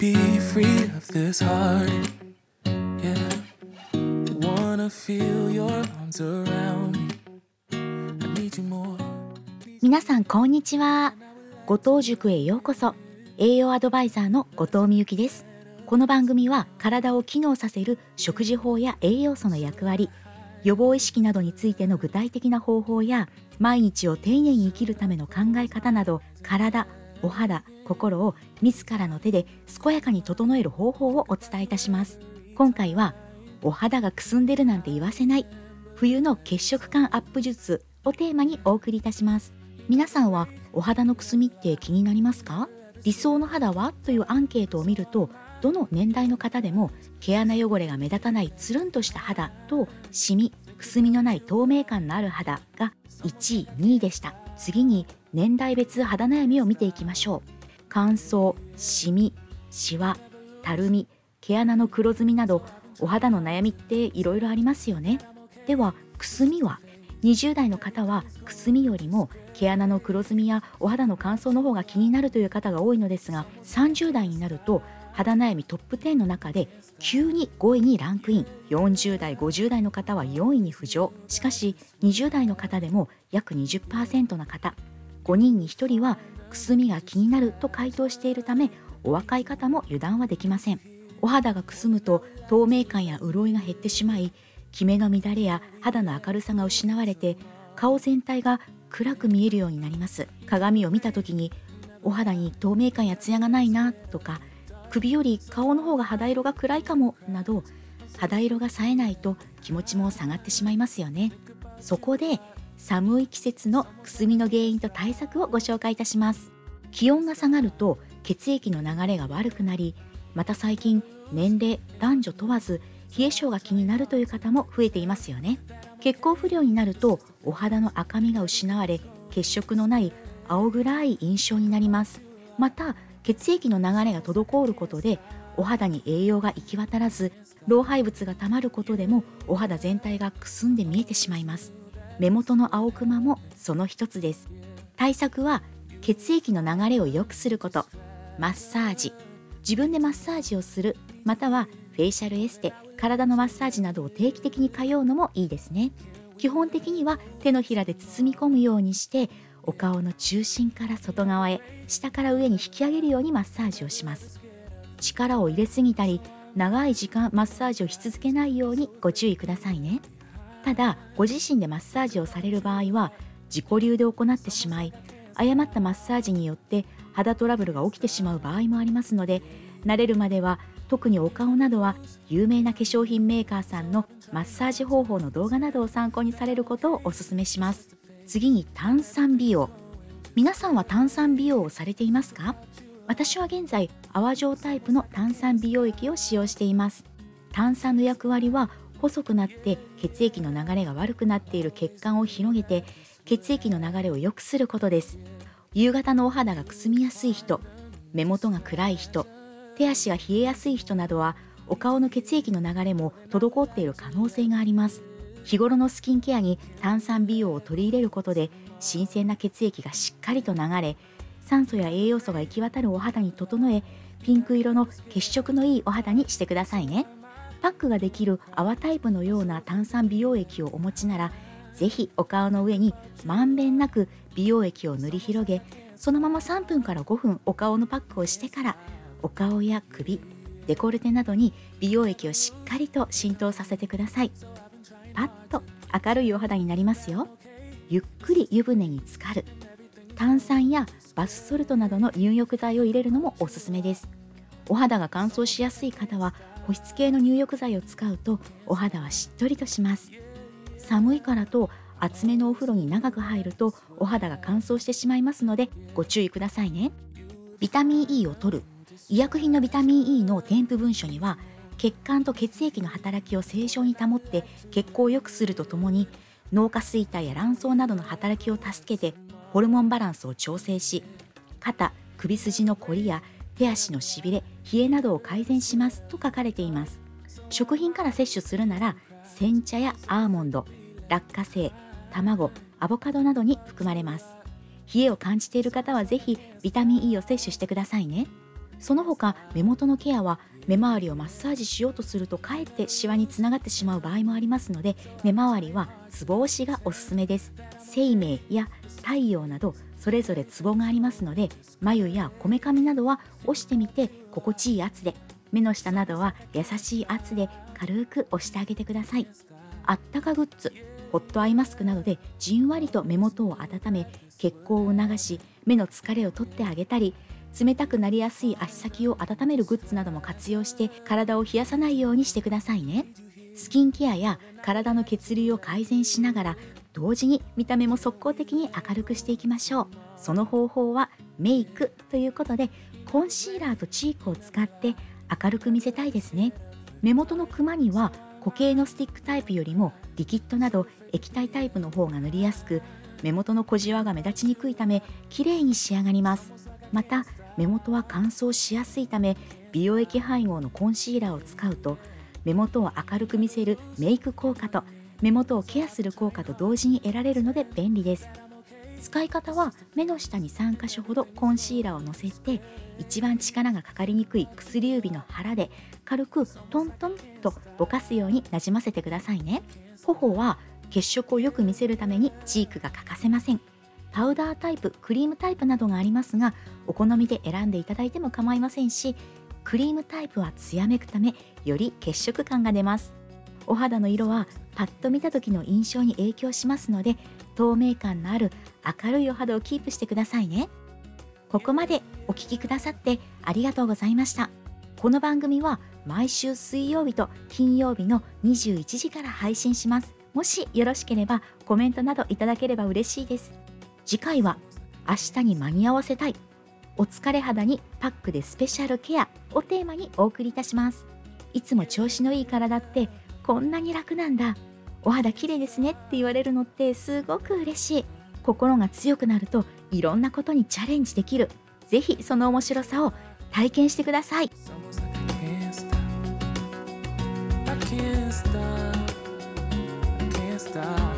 be free of this heart. Yeah, wanna feel your arms around me. I need you more. 皆さんこんにちは。後藤塾へようこそ。栄養アドバイザーの後藤美由紀です。この番組は体を機能させる食事法や栄養素の役割、予防意識などについての具体的な方法や、毎日を丁寧に生きるための考え方など、体、お肌、心を自らの手で健やかに整える方法をお伝えいたします。今回は、お肌がくすんでるなんて言わせない、冬の血色感アップ術をテーマにお送りいたします。皆さんはお肌のくすみって気になりますか？理想の肌はというアンケートを見ると、どの年代の方でも毛穴汚れが目立たないつるんとした肌とシミ、くすみのない透明感のある肌が1位、2位でした。次に年代別肌悩みを見ていきましょう。乾燥、シミ、シワ、たるみ、毛穴の黒ずみなどお肌の悩みっていろいろありますよね。ではくすみは、20代の方はくすみよりも毛穴の黒ずみやお肌の乾燥の方が気になるという方が多いのですが、30代になると肌悩みトップ10の中で急に5位にランクイン。40代、50代の方は4位に浮上。しかし20代の方でも約 20% の方、5人に1人はくすみが気になると回答しているため、お若い方も油断はできません。お肌がくすむと透明感や潤いが減ってしまい、キメの乱れや肌の明るさが失われて、顔全体が暗く見えるようになります。鏡を見た時にお肌に透明感やツヤがないなとか、首より顔の方が肌色が暗いかもなど、肌色が冴えないと気持ちも下がってしまいますよね。そこで寒い季節のくすみの原因と対策をご紹介いたします。気温が下がると血液の流れが悪くなり、また最近年齢、男女問わず冷え性が気になるという方も増えていますよね。血行不良になるとお肌の赤みが失われ、血色のない青暗い印象になります。また血液の流れが滞ることでお肌に栄養が行き渡らず、老廃物がたまることでもお肌全体がくすんで見えてしまいます。目元の青クマもその一つです。対策は血液の流れを良くすること、マッサージ、自分でマッサージをする、またはフェイシャルエステ、体のマッサージなどを定期的に通うのもいいですね。基本的には手のひらで包み込むようにして、お顔の中心から外側へ、下から上に引き上げるようにマッサージをします。力を入れすぎたり、長い時間マッサージをし続けないようにご注意くださいね。ただ、ご自身でマッサージをされる場合は、自己流で行ってしまい、誤ったマッサージによって肌トラブルが起きてしまう場合もありますので、慣れるまでは、特にお顔などは有名な化粧品メーカーさんのマッサージ方法の動画などを参考にされることをお勧めします。次に炭酸美容。皆さんは炭酸美容をされていますか？私は現在泡状タイプの炭酸美容液を使用しています。炭酸の役割は細くなって血液の流れが悪くなっている血管を広げて、血液の流れを良くすることです。夕方のお肌がくすみやすい人、目元が暗い人、手足が冷えやすい人などは、お顔の血液の流れも滞っている可能性があります。日頃のスキンケアに炭酸美容を取り入れることで、新鮮な血液がしっかりと流れ、酸素や栄養素が行き渡るお肌に整え、ピンク色の血色のいいお肌にしてくださいね。パックができる泡タイプのような炭酸美容液をお持ちなら、ぜひお顔の上にまんべんなく美容液を塗り広げ、そのまま3分から5分お顔のパックをしてから、お顔や首、デコルテなどに美容液をしっかりと浸透させてください。パッと明るいお肌になりますよ。ゆっくり湯船に浸かる。炭酸やバスソルトなどの入浴剤を入れるのもおすすめです。お肌が乾燥しやすい方は保湿系の入浴剤を使うとお肌はしっとりとします。寒いからと厚めのお風呂に長く入るとお肌が乾燥してしまいますのでご注意くださいね。ビタミン E を摂る。医薬品のビタミン E の添付文書には、血管と血液の働きを正常に保って血行を良くするとともに、脳下垂体や卵巣などの働きを助けてホルモンバランスを調整し、肩、首筋のこりや手足のしびれ、冷えなどを改善しますと書かれています。食品から摂取するなら、煎茶やアーモンド、落花生、卵、アボカドなどに含まれます。冷えを感じている方はぜひビタミン E を摂取してくださいね。 その他目元のケアは目周りをマッサージしようとするとかえってシワにつながってしまう場合もありますので、目周りはツボ押しがおすすめです。生命や太陽などそれぞれツボがありますので、眉やこめかみなどは押してみて心地いい圧で、目の下などは優しい圧で軽く押してあげてください。あったかグッズ、ホットアイマスクなどでじんわりと目元を温め血行を促し、目の疲れを取ってあげたり、冷たくなりやすい足先を温めるグッズなども活用して体を冷やさないようにしてくださいね。スキンケアや体の血流を改善しながら同時に見た目も即効的に明るくしていきましょう。その方法はメイクということで、コンシーラーとチークを使って明るく見せたいですね。目元のクマには固形のスティックタイプよりもリキッドなど液体タイプの方が塗りやすく、目元の小じわが目立ちにくいため綺麗に仕上がります。また目元は乾燥しやすいため、美容液配合のコンシーラーを使うと目元を明るく見せるメイク効果と目元をケアする効果と同時に得られるので便利です。使い方は目の下に3箇所ほどコンシーラーをのせて、一番力がかかりにくい薬指の腹で軽くトントンとぼかすようになじませてくださいね。頬は血色をよく見せるためにチークが欠かせません。パウダータイプ、クリームタイプなどがありますが、お好みで選んでいただいても構いませんし、クリームタイプはツヤめくためより血色感が出ます。お肌の色はパッと見た時の印象に影響しますので、透明感のある明るいお肌をキープしてくださいね。ここまでお聞きくださってありがとうございました。この番組は毎週水曜日と金曜日の21時から配信します。もしよろしければコメントなどいただければ嬉しいです。次回は明日に間に合わせたいお疲れ肌にパックでスペシャルケアをテーマにお送りいたします。いつも調子のいい体ってこんなに楽なんだ、お肌綺麗ですねって言われるのってすごく嬉しい。心が強くなるといろんなことにチャレンジできる。ぜひその面白さを体験してください。 I can't stop.